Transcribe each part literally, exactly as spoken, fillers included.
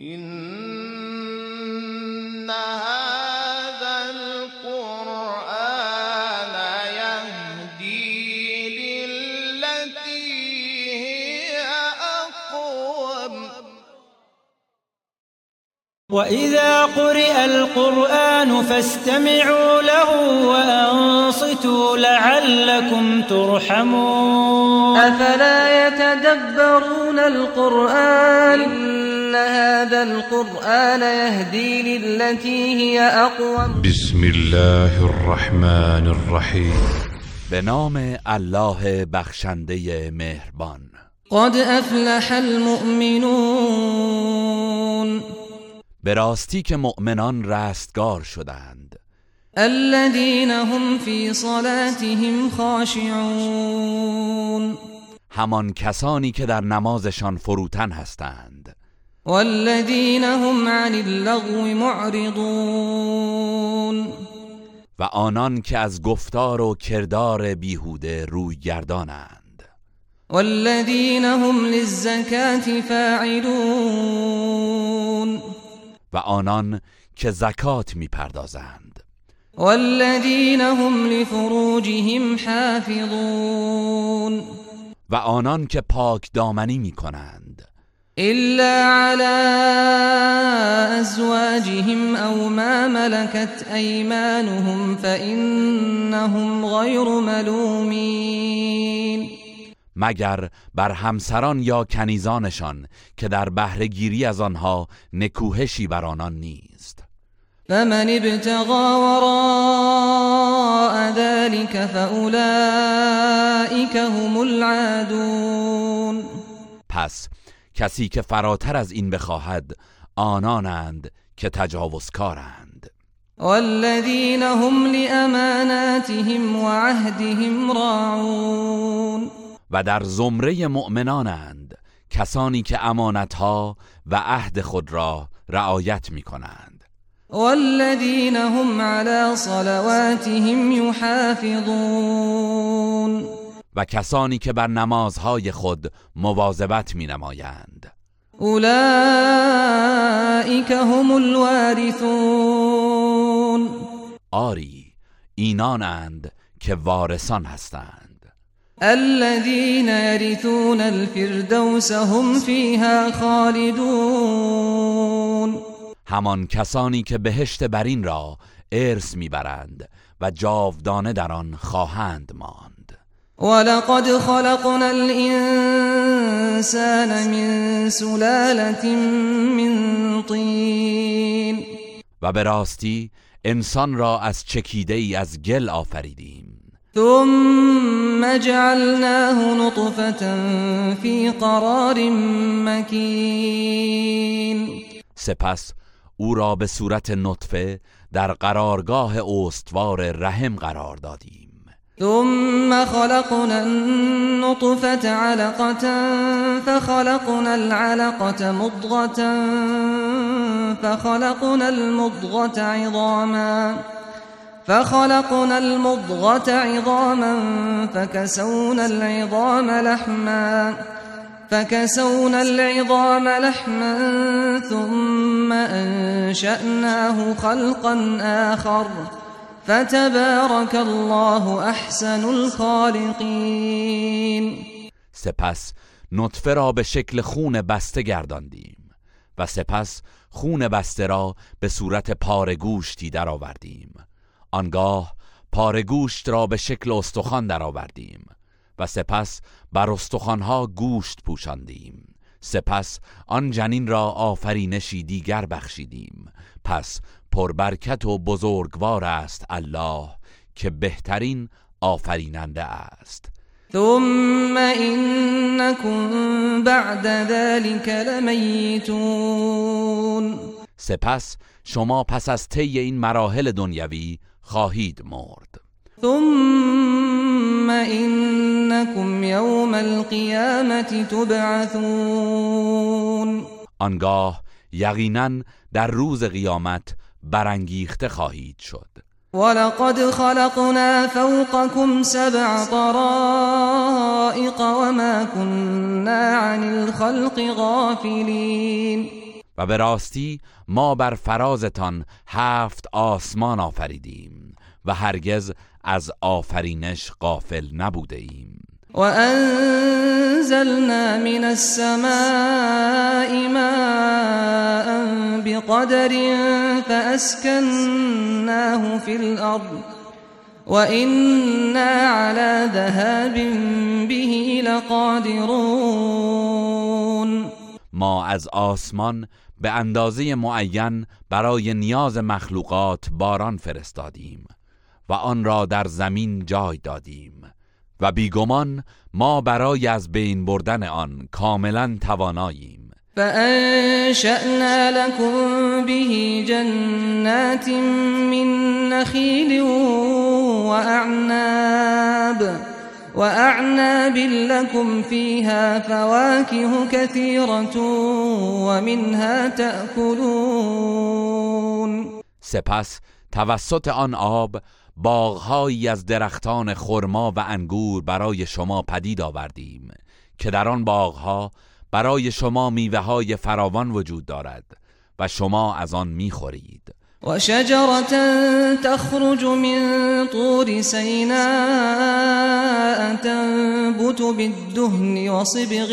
إن هذا القرآن يهدي للتي هي أقوم وإذا قرئ القرآن فاستمعوا له وأنصتوا لعلكم ترحمون أفلا يتدبرون القرآن إن هذا القرآن يهدي للتي هي أقوم بسم الله الرحمن الرحیم. به نام الله بخشنده مهربان. قد افلح المؤمنون به راستی که مؤمنان رستگار شدند. الذين هم في صلاتهم خاشعون همان کسانی که در نمازشان فروتن هستند. والذين هم عن اللغو معرضون و آنان که از گفتار و کردار بیهوده روی گردانند. والذين هم للزکاة فاعلون و آنان که زکات میپردازند. والذين هم لفروجهم حافظون و آنان که پاک دامنی میکنند. إلا على أزواجهم أو ما ملكت أيمانهم فإنهم غير ملومين مگر بر همسران یا کنیزانشان که در بهره گیری از آنها نکوهشی بر آنان نیست. فمن ابتغى وراء ذلك فأولئك هم العادون پس کسی که فراتر از این بخواهد آنانند که تجاوزکارند. والذین هم لأماناتهم وعهدهم راعون و در زمره مؤمنانند کسانی که امانتها و عهد خود را رعایت می کنند. والذین هم علی صلواتهم یحافظون و کسانی که بر نمازهای خود مواظبت می نمایند. اولئک هم الوارثون آری اینانند که وارثان هستند. الذين يرثون الفردوس هم فيها خالدون همان کسانی که بهشت برین را ارث میبرند و جاودانه در آن خواهند ماند. ولقد خلقنا الانسان من سلالة من طین و به راستی انسان را از چکیده ای از گل آفریدیم. ثم جعلناه نطفة في قرار مكين سپس او را به صورت نطفه در قرارگاه استوار رحم قرار دادیم. ثم خلقنا النطفة علقة فخلقنا العلقة مضغة فخلقنا المضغة عظاما فخلقنا المضغة عظاما فكسونا العظام لحما فكسونا العظام لحما ثم أنشأناه خلقا آخر فتبارك الله احسن الخالقین. سپس نطفه را به شکل خون بسته گرداندیم و سپس خون بسته را به صورت پاره گوشتی در آوردیم. آنگاه پاره گوشت را به شکل استخوان در آوردیم و سپس بر استخوانها گوشت پوشاندیم. سپس آن جنین را آفرینشی دیگر بخشیدیم. پس پربرکت و بزرگوار است الله که بهترین آفریننده است. ثم انکم بعد ذلك لمیتون سپس شما پس از طی این مراحل دنیوی خواهید مرد. ثم انکم یوم القیامة تبعثون آنگاه یقینا در روز قیامت برانگیخته خواهید شد. ولقد خلقنا فوقكم سبع طرائق وما كنا عن الخلق غافلين و به راستی ما بر فرازتان هفت آسمان آفریدیم و هرگز از آفرینش غافل نبوده ایم. وأنزلنا من السماء ماء بقدر فأسكناه في الأرض وإنا على ذهاب به لقادرون. ما از آسمان به اندازه معین برای نیاز مخلوقات باران فرستادیم و آن را در زمین جای دادیم و بیگمان ما برای از بین بردن آن کاملا تواناییم. فأنشأنا لكم به جنات من نخيل وأعناب وأعناب لكم فيها فواكه كثيرة ومنها تأكلون. سپس توسط آن آب باغهایی از درختان خرما و انگور برای شما پدید آوردیم که در آن باغها برای شما میوه‌های فراوان وجود دارد و شما از آن می‌خورید. و شجرة تخرج من طور سیناء تنبت بالدهن و صبغ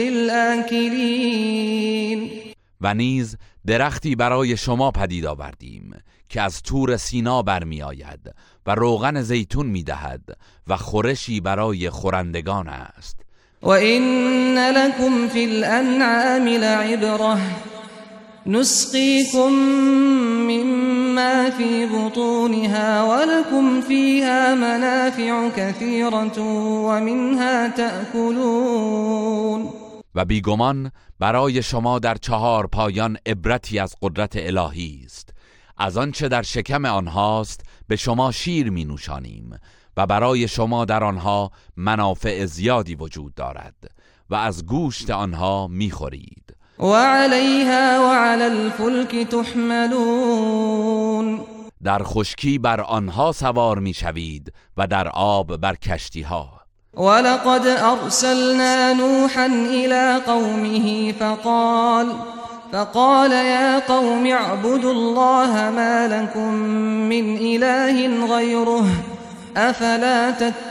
للآکلین. و نیز درختی برای شما پدید آوردیم که از طور سینا برمی آید و روغن زیتون می دهد و خورشی برای خورندگان است. و این لکم فی الانعام لعبره نسقیکم مما فی بطونها ولکم فیها منافع كثیرة و منها تأکلون. و بیگمان برای شما در چهار پایان عبرتی از قدرت الهی است. از آنچه در شکم آنهاست به شما شیر می نوشانیم و برای شما در آنها منافع زیادی وجود دارد و از گوشت آنها می خورید. و علیها و علی الفلک تحملون. در خشکی بر آنها سوار می شوید و در آب بر کشتی ها. ولقد ارسلنا نوحا الى قومه فقال فقال يا قوم اعبدوا الله ما لكم من اله غيره افلا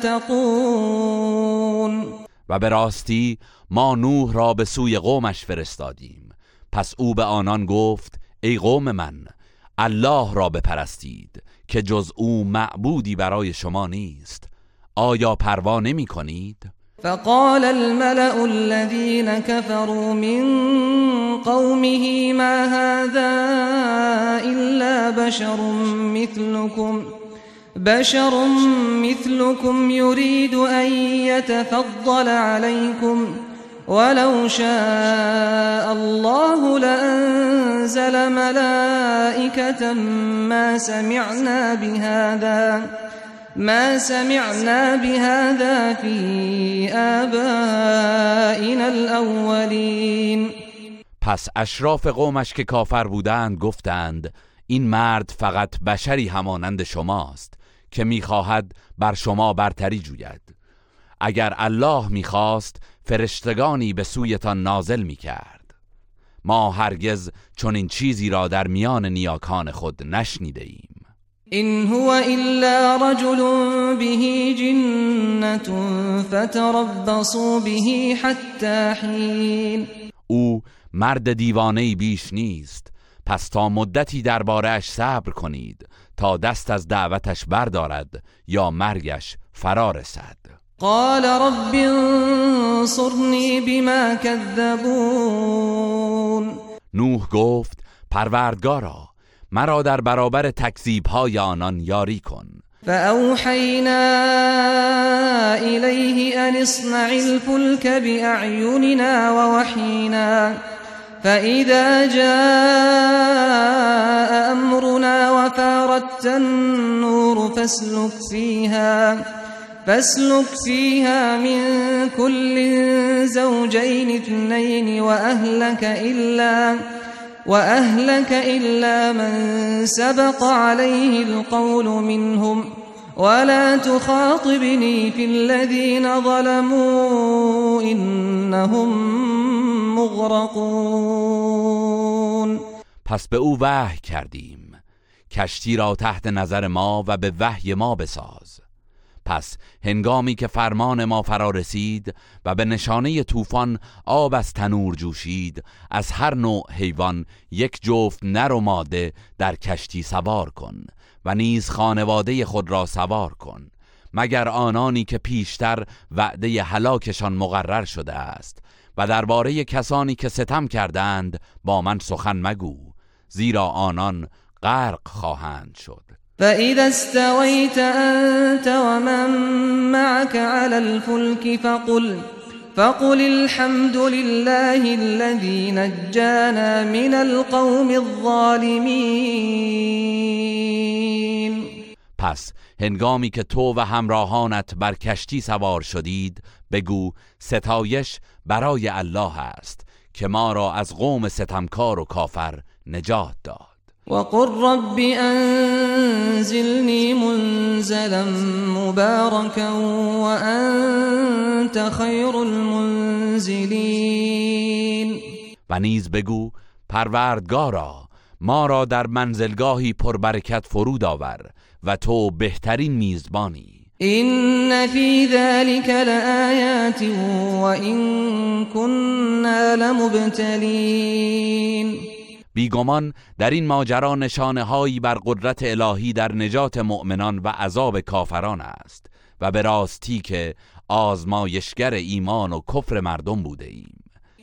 تتقون. و به راستی ما نوح را به سوی قومش فرستادیم، پس او به آنان گفت ای قوم من، الله را بپرستید که جز او معبودی برای شما نیست. آیا پروا نمی کنید؟ فقال الملأ الذين كفروا من قومه ما هذا إلا بشر مثلكم بشر مثلكم يريد أن يتفضل عليكم ولو شاء الله لأنزل ملائكة ما سمعنا بهذا ما سمعنا بهذا في آبائنا الأولين. پس اشراف قومش که کافر بودند گفتند این مرد فقط بشری همانند شماست که میخواهد بر شما برتری جوید. اگر الله میخواست فرشتگانی به سویتان نازل میکرد. ما هرگز چون این چیزی را در میان نیاکان خود نشنیده ایم. إن هو إلا رجل به جنة فتربصوا به حتى حين. او مرد دیوانه‌ای بیش نیست، پس تا مدتی درباره‌اش صبر کنید تا دست از دعوتش بردارد یا مرگش فرا رسد. قال رب انصرنی بما كذبون. نوح گفت پروردگارا مرا در برابر تکذیب‌های آنان یاری کن. فأوحينا إليه أن اصنع الفلك بأعيننا ووحينا فإذا جاء أمرنا وفارت النور فاسلك فيها فاسلك فيها من كل زوجين اثنين وأهلك إلا وأهلك إلا من سبق عليه القول منهم ولا تخاطبني في الذين ظلموا إنهم مغرقون. پس به او وحی کردیم کشتی را تحت نظر ما و به وحی ما بساز. پس هنگامی که فرمان ما فرا رسید و به نشانه طوفان آب از تنور جوشید، از هر نوع حیوان یک جفت نر و ماده در کشتی سوار کن و نیز خانواده خود را سوار کن، مگر آنانی که پیشتر وعده هلاکشان مقرر شده است. و درباره کسانی که ستم کردند با من سخن مگو، زیرا آنان غرق خواهند شد. فإذا استويت أنت ومن معك على الفلك فقل فقل الحمد لله الذي نجانا من القوم الظالمين. پس هنگامی که تو و همراهانت بر کشتی سوار شدید بگو ستایش برای الله است که ما را از قوم ستمکار و کافر نجات داد. وقل رب انزلني منزلا مباركا وأنت خير المنزلين. و نیز بگو پروردگارا ما را در منزلگاهی پربرکت فرود آور و تو بهترین میزبانی. إن في ذلك لآيات وإن كنا لمبتلين. بیگمان در این ماجرا نشانه هایی بر قدرت الهی در نجات مؤمنان و عذاب کافران است و به راستی که آزمایشگر ایمان و کفر مردم بوده ایم.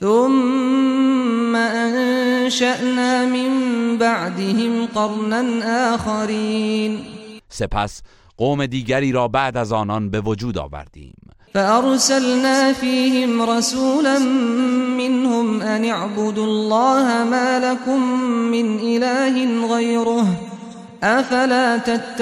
ثم انشأنا من بعدهم قرنا آخرین. سپس قوم دیگری را بعد از آنان به وجود آوردیم. فأرسلنا فيهم رسولا منهم أن اعبدوا الله ما لكم من إله غيره أفلا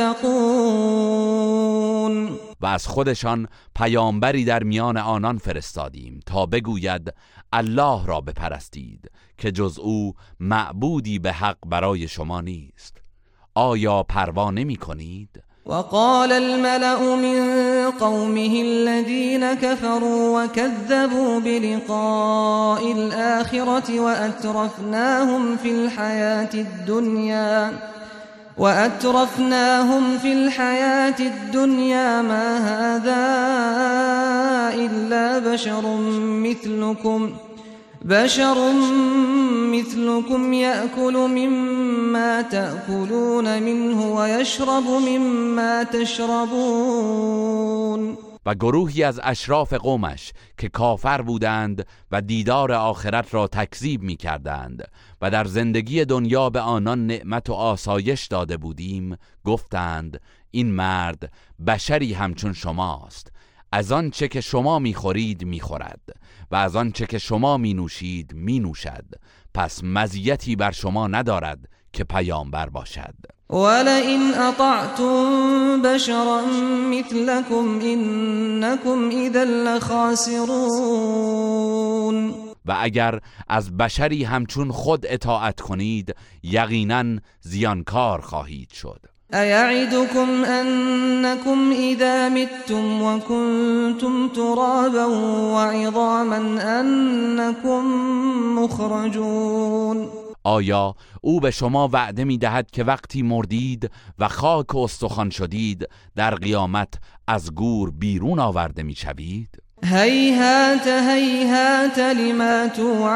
تتقون. و از خودشان پیامبری در میان آنان فرستادیم تا بگوید الله را بپرستید که جز او معبودی به حق برای شما نیست. آیا پروا نمی کنید؟ وقال الملأ من قومه الذين كفروا وكذبوا بلقاء الآخرة وأترفناهم في الحياة الدنيا وأترفناهم في الحياة الدنيا ما هذا إلا بشر مثلكم بشر مثلكم يأكل مما تأكلون منه ويشرب مما تشربون. و گروهی از اشراف قومش که کافر بودند و دیدار آخرت را تکذیب می کردند و در زندگی دنیا به آنان نعمت و آسایش داده بودیم گفتند این مرد بشری همچون شماست، از آن چه که شما میخورید میخورد و از آن چه که شما مینوشید مینوشد، پس مزیتی بر شما ندارد که پیامبر باشد. ولئن اطعتم بشرا مثلكم انكم اذا لخاسرون. و اگر از بشری همچون خود اطاعت کنید یقینا زیانکار خواهید شد. أيعدكم أنكم إذا متم وكنتم ترابا وعظاما أنكم مخرجون. آیا او به شما وعده می دهد که وقتی مردید و خاک و استخوان شدید در قیامت از گور بیرون آورده می شوید؟ هیهات هیهات لما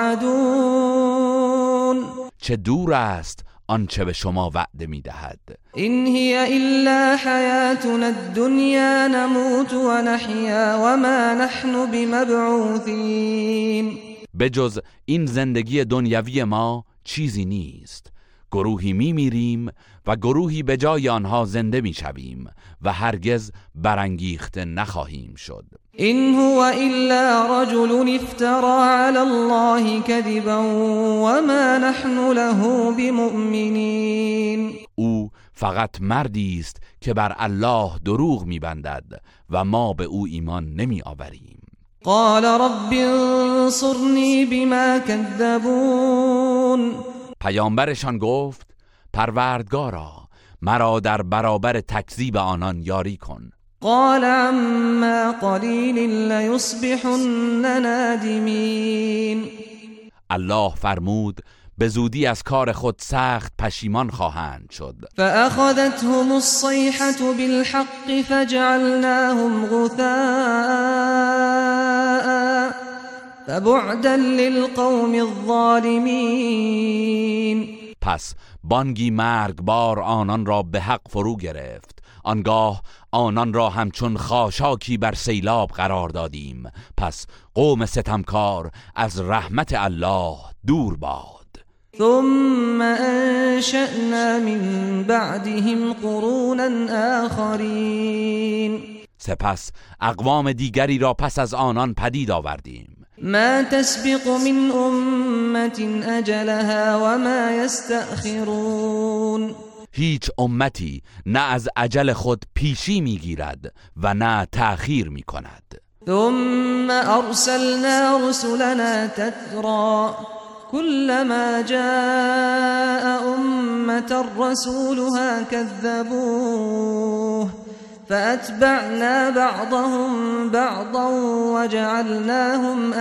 توعدون. چه دور است آنچه به شما وعده می دهد. این هی الا حیاتنا الدنیا نموت و نحیا و ما نحن بمبعوثین. بجز این زندگی دنیوی ما چیزی نیست. گروهی می میریم و گروهی به جای آنها زنده می شویم و هرگز برانگیخته نخواهیم شد. این هو الا رجل افترى علی الله کذبا و ما نحن له بمؤمنین. او فقط مردی است که بر الله دروغ می‌بندد و ما به او ایمان نمی آوریم. قال رب انصرنی بما کذبون. پیامبرشان گفت پروردگارا مرا در برابر تکذیب آنان یاری کن. قال عما قلیل لیصبحن نادمین. الله فرمود به زودی از کار خود سخت پشیمان خواهند شد. فأخذتهم الصيحة بالحق فجعلناهم غثاء فبعدا للقوم الظالمین. پس بانگی مرگبار آنان را به حق فرو گرفت. آنگاه آنان را همچون خاشاکی بر سیلاب قرار دادیم. پس قوم ستمکار از رحمت الله دور باد. ثم انشأنا من بعدهم قرونا آخرین. سپس اقوام دیگری را پس از آنان پدید آوردیم. ما تسبق من امت اجلها وما یستأخرون. هیچ امتی نه از اجل خود پیشی میگیرد و نه تأخیر میکند. ثم ارسلنا رسلنا تترا كلما جاء امة رسولها كذبوه فأتبعنا بعضهم بعضا وجعلناهم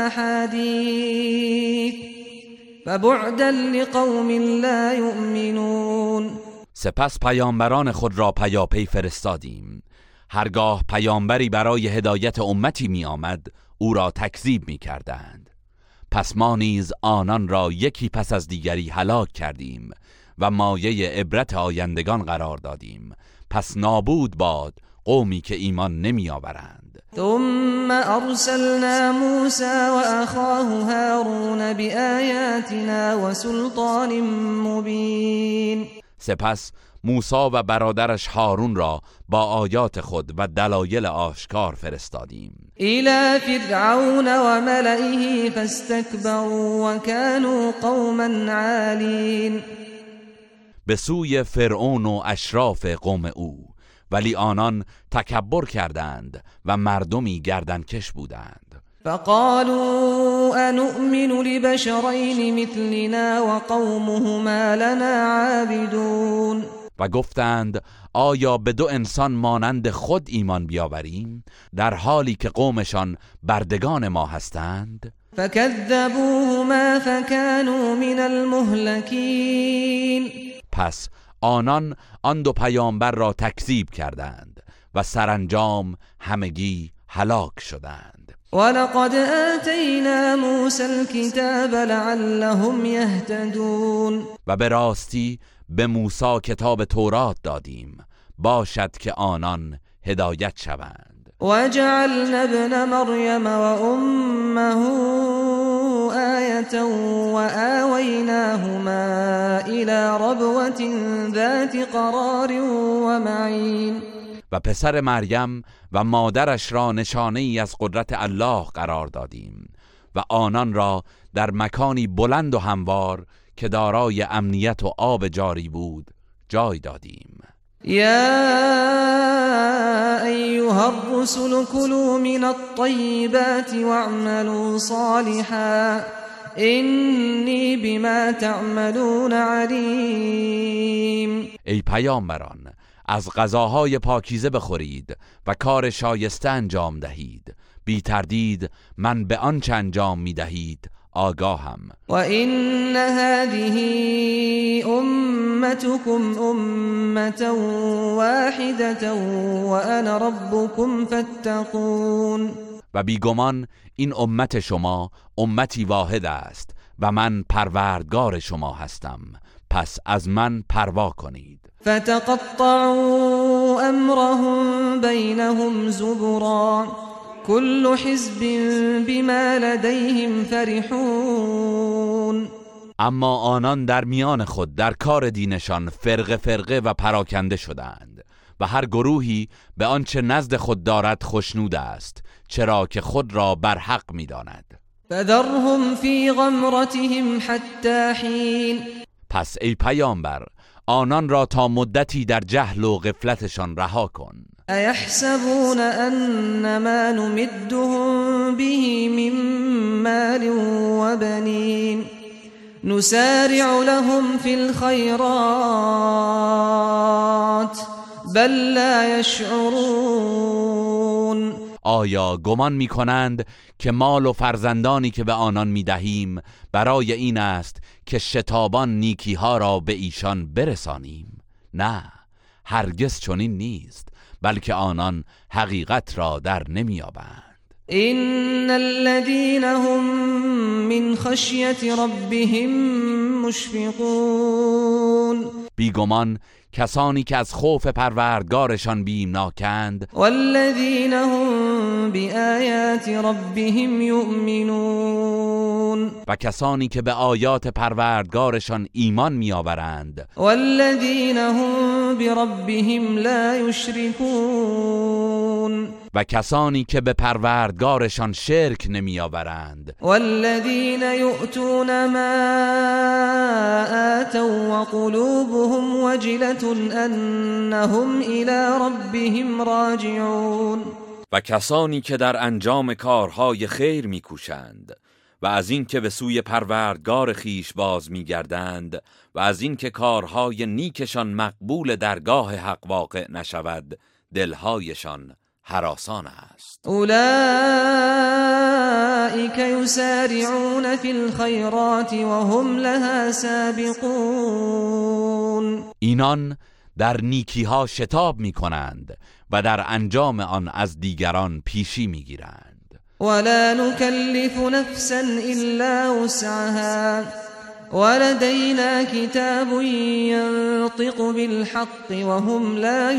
أحاديث فبعدا لقوم لا يؤمنون. سپس پیامبران خود را پیاپی فرستادیم. هرگاه پیامبری برای هدایت امتی می آمد او را تکذیب می کردند. پس ما نیز آنان را یکی پس از دیگری هلاک کردیم و مایه عبرت آیندگان قرار دادیم. پس نابود باد قومی که ایمان نمی آورند. ثم ارسلنا موسى واخاه هارون بآیاتنا وسلطان مبین. سپس موسی و برادرش هارون را با آیات خود و دلایل آشکار فرستادیم. الى فرعون و ملئه فاستكبروا وكانوا قوما عالین. به سوی فرعون و اشراف قوم او، ولی آنان تکبر کردند و مردمی گردنکش بودند. فقالوا انؤمن لبشرین مثلنا وقومهما لنا عابدون. و گفتند آیا به دو انسان مانند خود ایمان بیاوریم در حالی که قومشان بردگان ما هستند؟ فكذبوهما فكانوا من المهلكین. پس آنان آن دو پیامبر را تکذیب کردند و سرانجام همگی هلاک شدند. ولقد آتینا موسی الكتاب لعلهم یهتدون. و به راستی به موسی کتاب تورات دادیم باشد که آنان هدایت شوند. وجعلنا ابن مریم و امه آیة وآویناهما إلى ربوة ذات قرار ومعین. و پسر مریم و مادرش را نشانه ای از قدرت الله قرار دادیم و آنان را در مکانی بلند و هموار که دارای امنیت و آب جاری بود جای دادیم. یا ایها الرسل کلوا من الطیبات واعملوا صالحا انی بما تعملون علیم. ای پیامبران از غذاهای پاکیزه بخورید و کار شایسته انجام دهید، بی تردید من به آنچه انجام می دهید آگاهم. و این هذه امتكم امة واحدة و انا ربكم فاتقون. و بیگمان این امت شما امتی واحد است و من پروردگار شما هستم، پس از من پروا کنید. فتقطعوا امرهم بینهم زبرا كل حزب بما لديهم فرحون. اما آنان در میان خود در کار دینشان فرقه فرقه و پراکنده شدند و هر گروهی به آنچه نزد خود دارد خوشنود است، چرا که خود را بر حق می‌داند. فذرهم فی غمرتهم حتی حین. پس ای پیامبر آنان را تا مدتی در جهل و غفلتشان رها کن. ایحسبون انما نمدهم به من مال و بنین نسارع لهم فی الخیرات بل لا یشعرون. آیا گمان می کنند که مال و فرزندانی که به آنان می دهیم برای این است که شتابان نیکی ها را به ایشان برسانیم؟ نه، هرگز چنین نیست، بلکه آنان حقیقت را در نمی‌یابند. إن الذين هم من خشية ربهم مشفقون، بیگمان کسانی که از خوف پروردگارشان بیمناکند، والذین هم بآیات ربهم یؤمنون، و کسانی که به آیات پروردگارشان ایمان میآورند، والذین هم بربهم لا یشرکون، و کسانی که به پروردگارشان شرک نمیآورند، والذین یؤتون ما آتوا وقلوبهم وجلة انهم الی ربهم راجعون، و کسانی که در انجام کارهای خیر میکوشند و از این که به سوی پروردگار خیش باز میگردند و از این که کارهای نیکشان مقبول درگاه حق واقع نشود، دلهایشان هراسان است. اولئک یسارعون فی الخیرات وهم لها سابقون، اینان در نیکی ها شتاب می کنند و در انجام آن از دیگران پیشی می گیرند. ولا نکلف نفسا الا وسعها ولدینا کتاب ینطق بالحق وهم لا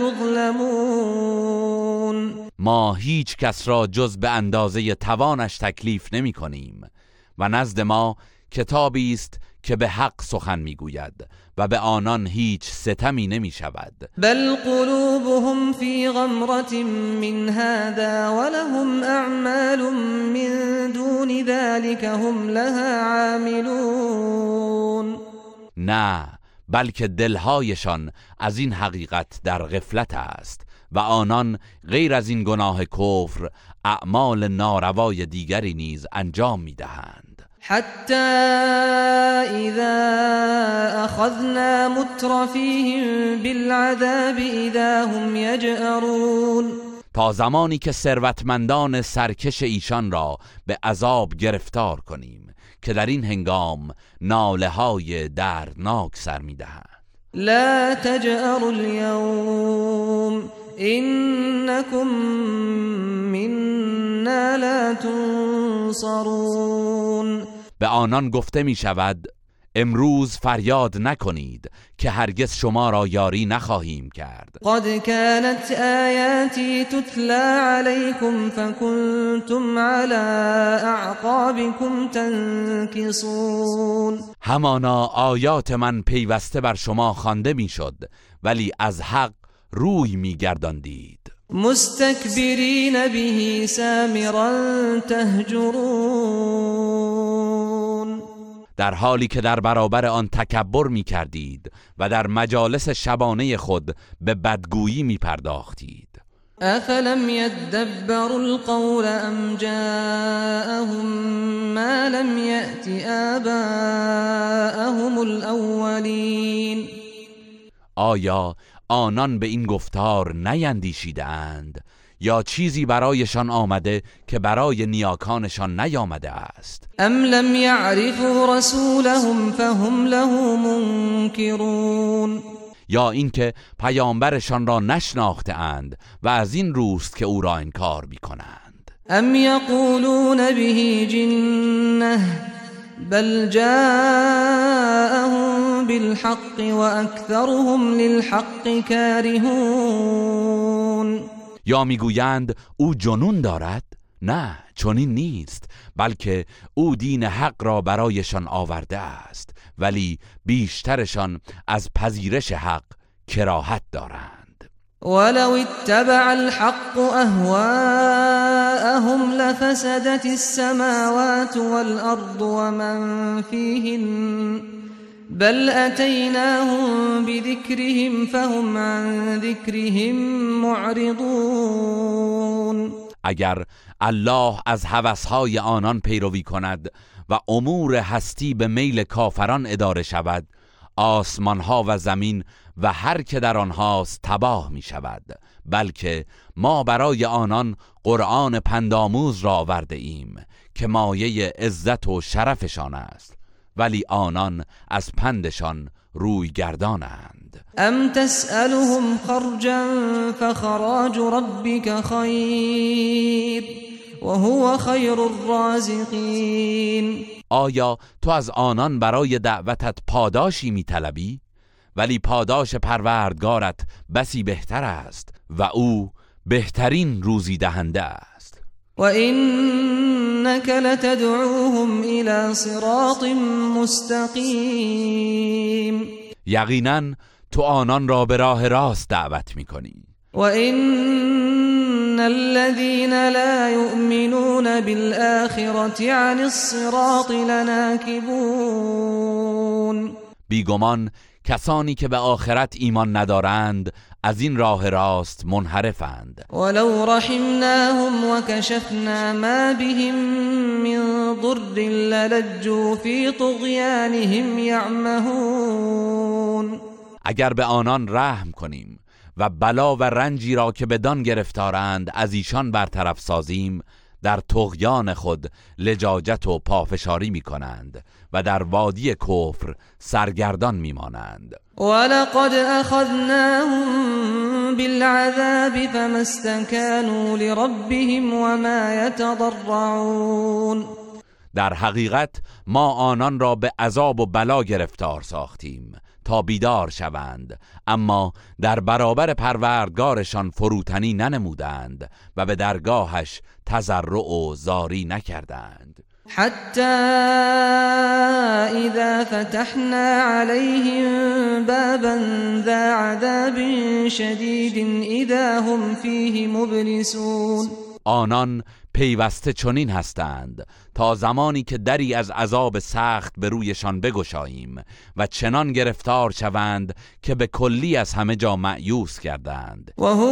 یظلمون، ما هیچ کس را جز به اندازه توانش تکلیف نمی کنیم و نزد ما کتابی است که به حق سخن میگوید و به آنان هیچ ستمی نمی شود. بل قلوبهم فی غمرة من هذا ولهم اعمال من دون ذلك هم لها عاملون، نه، بلکه دلهایشان از این حقیقت در غفلت است و آنان غیر از این گناه کفر اعمال ناروای دیگری نیز انجام میدهند. حتی اذا اخذنا مترفیهم بالعذاب اذا هم یجأرون، تا زمانی که ثروتمندان سرکش ایشان را به عذاب گرفتار کنیم که در این هنگام ناله های دردناک سر میدهند. لا تجأروا اليوم انکم منا لا تنصرون، به آنان گفته می شود امروز فریاد نکنید که هرگز شما را یاری نخواهیم کرد. قد كانت آیاتی تتلی علیکم فکنتم علی اعقابکم تنکصون، همانا آیات من پیوسته بر شما خوانده می شد ولی از حق روی می گرداندید. مستکبرین به سامرا تهجرون، در حالی که در برابر آن تکبر می کردید و در مجالس شبانه خود به بدگویی می پرداختید. افلم یدبروا القول ام جاءهم ما لم یأت آباءهم الاولین، آیا آنان به این گفتار نیندیشیدند یا چیزی برایشان آمده که برای نیاکانشان نیامده است؟ ام لم یعرفوا رسولهم فهم له منکرون، یا اینکه پیامبرشان را نشناخته اند و از این روست که او را انکار می‌کنند. ام یقولون به جنة بل جاءهم بالحق واکثرهم للحق کارهون، یا میگویند او جنون دارد؟ نه، چنین نیست، بلکه او دین حق را برایشان آورده است ولی بیشترشان از پذیرش حق کراهت دارند. ولو اتبع الحق اهواءهم لفسدت السماوات والارض ومن فيهن بل اتیناهم بذکرهم فهم عن ذکرهم معرضون، اگر الله از هوسهای آنان پیروی کند و امور هستی به میل کافران اداره شود، آسمانها و زمین و هر که در آنهاست تباه می شود، بلکه ما برای آنان قرآن پندآموز را آورده ایم که مایه عزت و شرفشان است، ولی آنان از پندشان روی گردانند. ام تسألهم خرجا فخراج ربك خیر وهو خیر الرازقین. آیا تو از آنان برای دعوتت پاداشی میطلبی؟ ولی پاداش پروردگارت بسی بهتر است و او بهترین روزی دهنده است. و انک لتدعوهم الى صراط مستقیم. یقینا تو آنان را به راه راست دعوت میکنی. و ان الذين لا يؤمنون بالآخرة عن الصراط لناكبون. بیگمان کسانی که به آخرت ایمان ندارند از این راه راست منحرفند. ولو رحمناهم وكشفنا ما بهم من ضر للجوا في طغيانهم يعمهون. اگر به آنان رحم کنیم و بلا و رنجی را که بدان گرفتارند از ایشان برطرف سازیم، در طغیان خود لجاجت و پافشاری می کنند و در وادی کفر سرگردان می مانند. ولقد اخذناهم بالعذاب فما استكانوا لربهم وما يتضرعون. در حقیقت ما آنان را به عذاب و بلا گرفتار ساختیم تا بیدار شوند، اما در برابر پروردگارشان فروتنی ننمودند و به درگاهش تضرع و زاری نکردند. حتی اذا فتحنا عليهم بابا ذا عذاب شدید اذا هم فیه مبلسون. آنان پیوسته چنین هستند تا زمانی که دری از عذاب سخت به رویشان بگشاییم و چنان گرفتار شوند که به کلی از همه جا مأیوس کردند. و هو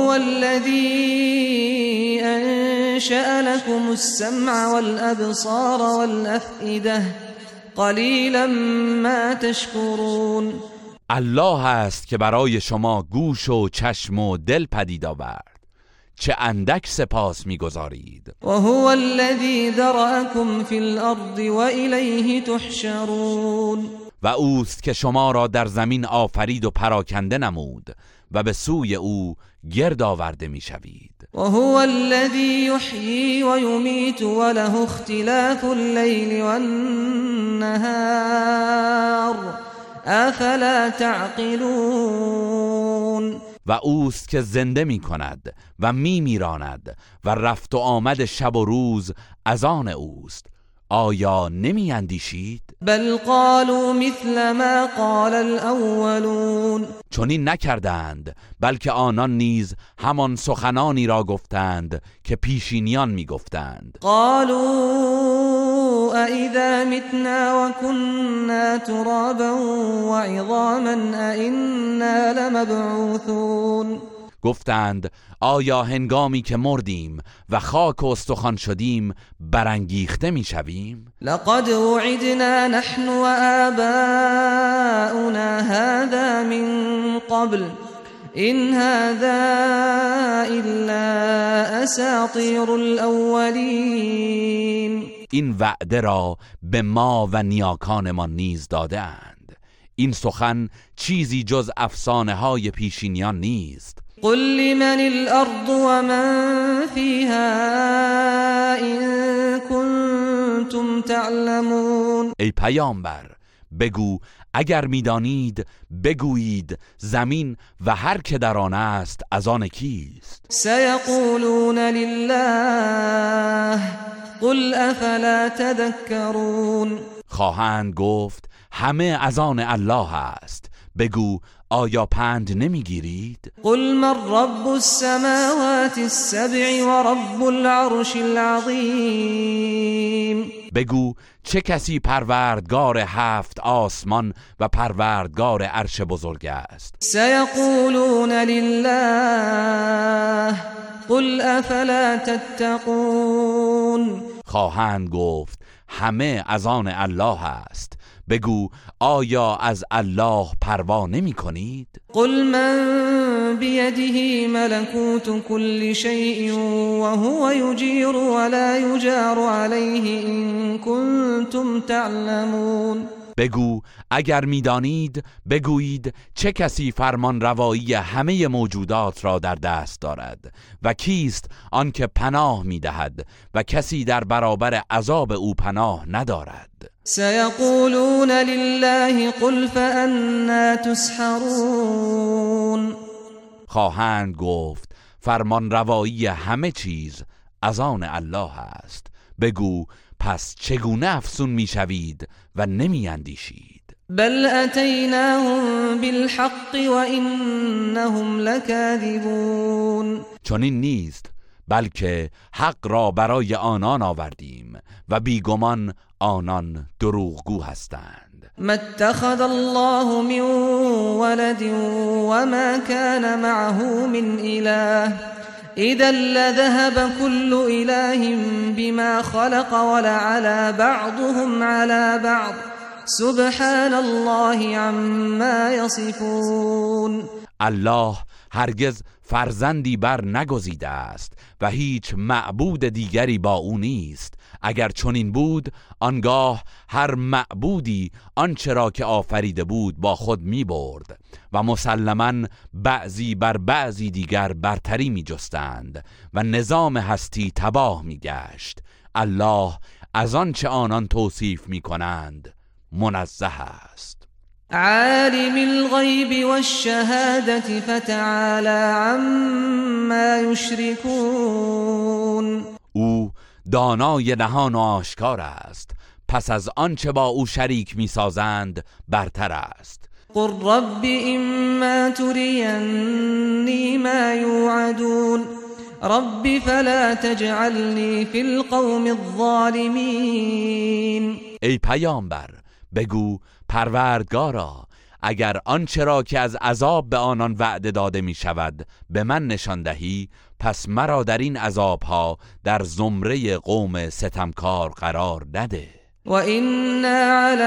الذی انشأ لكم السمع والابصار والافئده قلیلا ما تشکرون. الله است که برای شما گوش و چشم و دل پدید آورد، چه اندک سپاس می‌گذارید. و هو الذی ذرأکم فی الارض و الیه تحشرون. و اوست که شما را در زمین آفرید و پراکنده نمود و به سوی او گرد آورده می‌شوید. و هو الذی یحیی و یمیت و له اختلاف اللیل و النهار افلا تعقلون. و اوست که زنده می کند و می میراند و رفت و آمد شب و روز از آن اوست، آیا نمی اندیشید؟ بل قالوا مثل ما قال الاولون. چنین نکردند، بلکه آنان نیز همان سخنانی را گفتند که پیشینیان می گفتند. قالوا أإذا متنا وكنا ترابا وعظاما أإنا لمبعوثون. گفتند آیا هنگامی که مردیم و خاک و استخوان شدیم برانگیخته می شویم؟ لقد وعدنا نحن وآباؤنا هذا من قبل إن هذا إلا أساطير الأولين. این وعده را به ما و نیاکانمان نیز داده اند. این سخن چیزی جز افسانه های پیشینیان نیست. قل لمن الارض ومن فيها إن كنتم تعلمون. ای پیامبر بگو اگر میدانید بگویید زمین و هر که در آن است از آن کیست؟ سيقولون لله قل افلا تذكرون. خواهند گفت همه از آن الله است، بگو آیا پند نمیگیرید؟ قل من رب السماوات السبع و رب العرش العظیم. بگو چه کسی پروردگار هفت آسمان و پروردگار عرش بزرگ است؟ سیقولون لله قل افلا تتقون. خواهند گفت همه از آن الله است، بگو آیا از الله پروا نمی کنید؟ قل من بیده ملکوت کل شیء وهو یجیر ولا یجار علیه ان کنتم تعلمون. بگو اگر میدانید بگویید چه کسی فرمان روایی همه موجودات را در دست دارد و کیست آنکه پناه میدهد و کسی در برابر عذاب او پناه ندارد. سیقولون لله قل فأنا تسحرون. خواهند گفت فرمان روایی همه چیز از آن الله است. بگو پس چگونه افسون میشوید و نمی اندیشید؟ بل اتیناهم بالحق و انهم لکاذبون. چنین نیست، بلکه حق را برای آنان آوردیم و بیگمان آنان دروغگو هستند. ما اتخذ الله من ولد وما كان معه من اله اذا لذهب كل اله بما خلق ولعلى بعضهم على بعض سبحان الله عما يصفون. الله هرگز فرزندی بر نگزیده است و هیچ معبود دیگری با او نیست. اگر چنین بود آنگاه هر معبودی آنچه را که آفریده بود با خود می برد و مسلماً بعضی بر بعضی دیگر برتری می جستند و نظام هستی تباه می گشت. الله از آنچه آنان توصیف می کنند منزه است. عالم الغیب والشهادة فتعالى عما یشركون. او دانای نهان و آشکار است، پس از آنچه با او شریک می‌سازند برتر است. قل رب اما ترینی ما یوعدون رب فلا تجعلنی فی القوم الظالمین. ای پیامبر بگو پروردگارا اگر آنچه را که از عذاب به آنان وعده داده می شود به من نشان دهی، پس مرا در این عذابها در زمره قوم ستمکار قرار نده. و اینا علی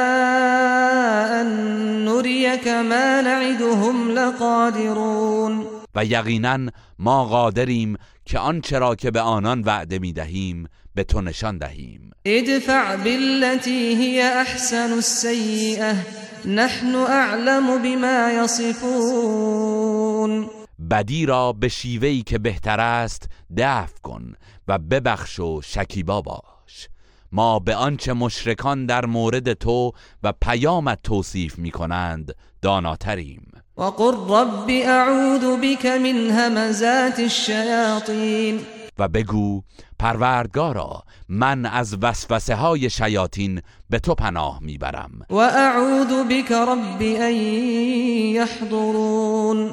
ان نریک ما نعدهم لقادرون. و یقینا ما قادریم که آنچه را که به آنان وعده می دهیم به تو نشان دهیم. ادفع بالتي هي احسن السیئه نحن اعلم بما یصفون. بدی را به شیوهی که بهتر است دفع کن و ببخش و شکیبا باش. ما به آنچه مشرکان در مورد تو و پیامت توصیف می کنند داناتریم. وقل رب اعوذ بك من همزات الشیاطین. و بگو پروردگارا من از وسوسه های شیاطین به تو پناه میبرم. و اعوذ بك رب ان یحضرون.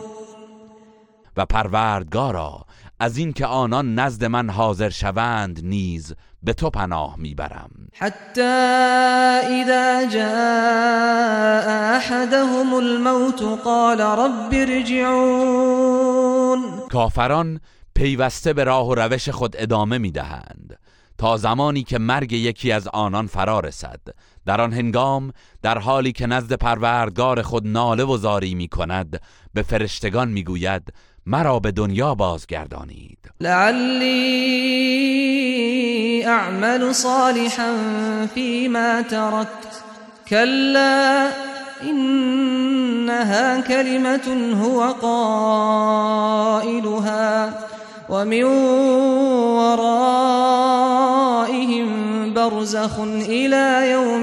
و پروردگارا از این که آنان نزد من حاضر شوند نیز به تو پناه میبرم. حتی اذا جاء احدهم الموت قال رب ارجعون. کافران پیوسته به راه و روش خود ادامه میدهند تا زمانی که مرگ یکی از آنان فرا رسد. در آن هنگام در حالی که نزد پروردگار خود ناله و زاری می کند به فرشتگان می گوید مرا به دنیا بازگردانید لعلی اعمل صالحا فيما تركت كلا إنها كلمة هو قائلها ومن ورائهم برزخ إلى يوم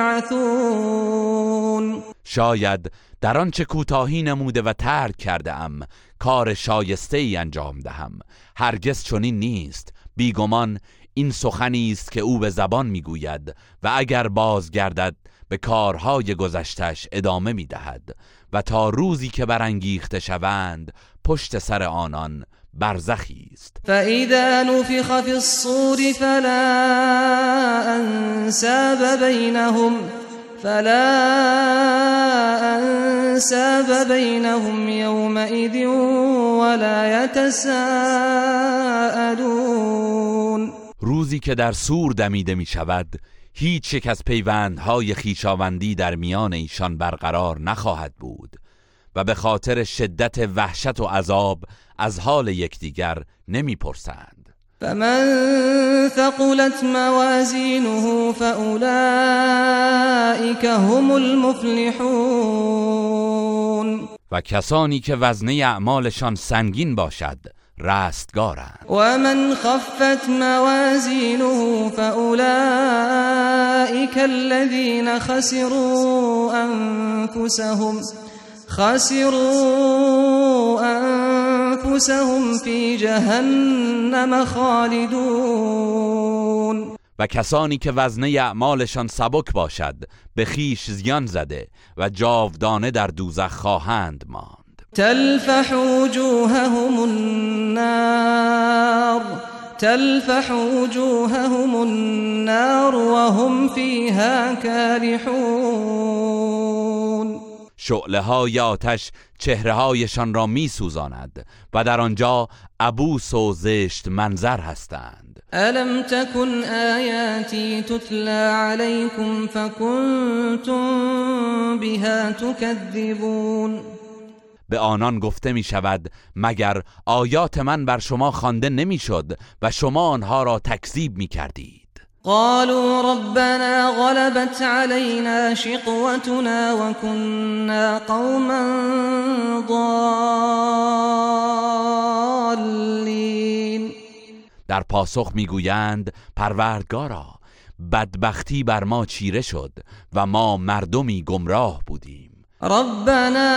يبعثون. شاید در آنچه کوتاهی نموده و ترک کرده ام کار شایسته ای انجام دهم. هرگز چنین نیست، بیگمان این سخنی است که او به زبان میگوید و اگر بازگردد به کارهای گذشتش ادامه میدهد و تا روزی که برانگیخته شوند پشت سر آنان برزخی است. فاذا نفخ في الصور فلا انساب بينهم فلا انساب بينهم يومئذ ولا يتساءلون. روزی که در صور دمیده می شود هیچ یک از پیوندهای خویشاوندی در میان ایشان برقرار نخواهد بود و به خاطر شدت وحشت و عذاب از حال یکدیگر نمیپرسند. فمن ثقلت موازینه فاولئک هم المفلحون. و کسانی که وزنه اعمالشان سنگین باشد رستگارند. و من خفت موازینه فاولئک الذین خسروا انفسهم خسروا انفسهم فی جهنم خالدون. و کسانی که وزنه اعمالشان سبک باشد به خیش زیان زده و جاودانه در دوزخ خواهند ماند. تلفح وجوههم النار تلفح وجوههم النار وهم فيها كالحون. شعله های آتش چهره هایشان را می سوزاند و در آنجا عبوس و زشت منظر هستند. الم تكن آیاتی تتلی علیکم فکنتم بها تکذبون. به آنان گفته می شود مگر آیات من بر شما خوانده نمی شد و شما آنها را تکذیب می کردید. قالوا ربنا غلبت علينا شقوتنا وكنا قوما ضالين. در پاسخ میگویند پروردگارا بدبختی بر ما چیره شد و ما مردمی گمراه بودیم. ربنا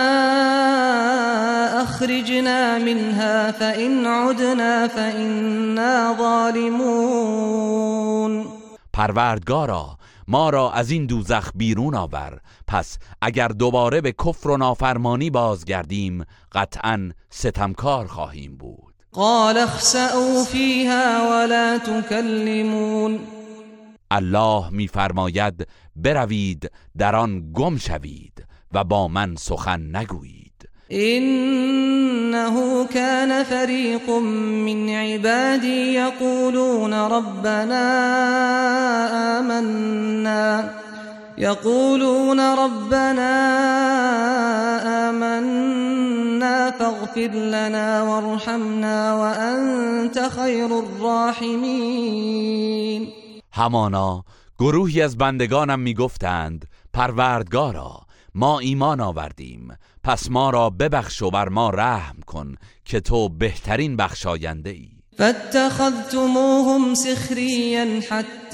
اخرجنا منها فإن عدنا فإنا ظالمون. پروردگارا ما را از این دوزخ بیرون آور، پس اگر دوباره به کفر و نافرمانی بازگردیم قطعاً ستمکار خواهیم بود. قال اخسئوا فيها ولا تكلمون. الله میفرماید بروید در آن گم شوید و با من سخن نگویید. إنه كان فريق من عبادي يقولون ربنا آمنا يقولون ربنا آمنا فاغفر لنا وارحمنا وأنت خير الراحمين. همانا گروهی از بندگانم میگفتند پروردگارا ما ایمان آوردیم، پس ما را ببخش و بر ما رحم کن که تو بهترین بخشاینده ای. فاتخذتموهم سخريا حتى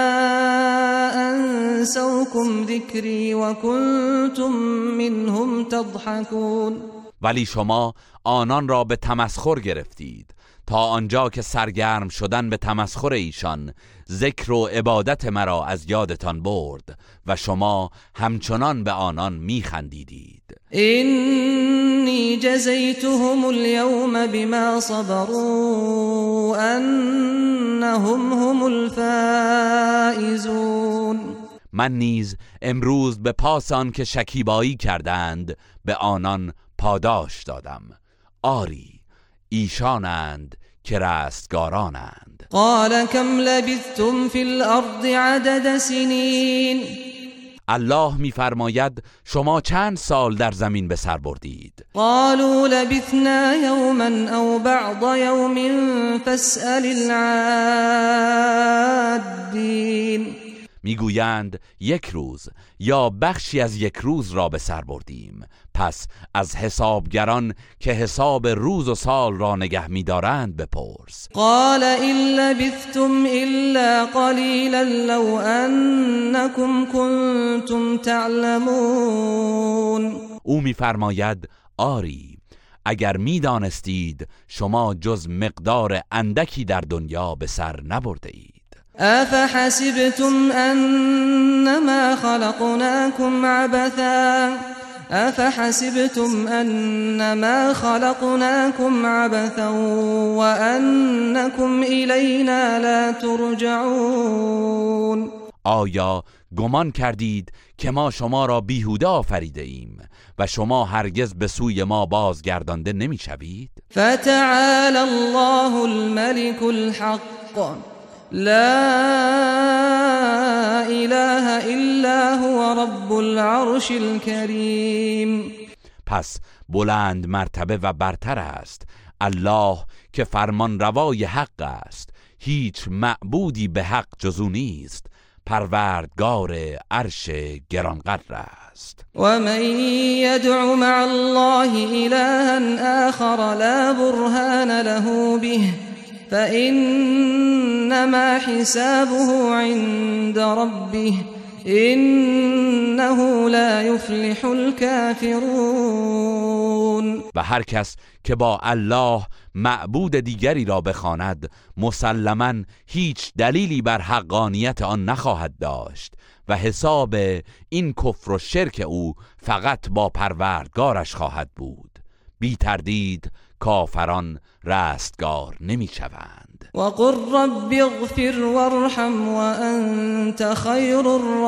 انسوكم ذكري وكنتم منهم تضحكون. ولی شما آنان را به تمسخر گرفتید تا آنجا که سرگرم شدن به تمسخر ایشان ذکر و عبادت مرا از یادتان برد و شما همچنان به آنان میخندیدید. اینی جزیتهم اليوم بما صبروا انهم هم الفائزون. من نیز امروز به پاس آن که شکیبایی کردند به آنان پاداش دادم. آری ایشانند که رستگارانند. قال کم لبثتم فی الارض عدد سنین. الله میفرماید شما چند سال در زمین به سر بردید؟ قالوا لبثنا یوما او بعض یوم فاسأل العادین. میگویند یک روز یا بخشی از یک روز را به سر بردیم، پس از حسابگران که حساب روز و سال را نگه می‌دارند بپرس. قال ان لبثتم الا قلیلا لو انکم کنتم تعلمون. او می‌فرماید آری اگر می‌دانستید شما جز مقدار اندکی در دنیا به سر نبرده اید. افحسبتم انما خلقناكم عبثا افحسبتم انما خلقناكم عبثا وانكم الینا لا ترجعون. آیا گمان کردید که ما شما را بیهوده آفریده ایم و شما هرگز به سوی ما بازگردانده نمی‌شوید؟ فتعالى الله الملك الحق لا اله الا هو رب العرش الكریم. پس بلند مرتبه و برتر است الله که فرمان روای حق است، هیچ معبودی به حق جزو نیست، پروردگار عرش گرانقدر است. و من یدع مع الله الها آخر لا برهان له به فإنما حسابه عند ربه انه لا یفلح الكافرون. و هر کس که با الله معبود دیگری را بخواند مسلماً هیچ دلیلی بر حقانیت آن نخواهد داشت و حساب این کفر و شرک او فقط با پروردگارش خواهد بود. بی تردید کافران رستگار نمی شوند. وقل رب اغفر وارحم وانت خیر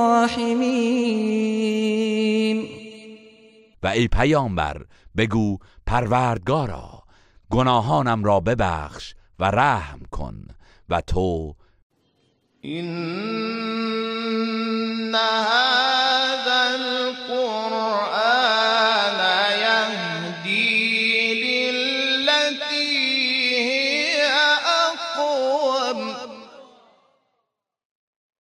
الراحمین. و ای پیامبر بگو پروردگارا گناهانم را ببخش و رحم کن و تو این هذا القرآن یهدی للتی هی اقوم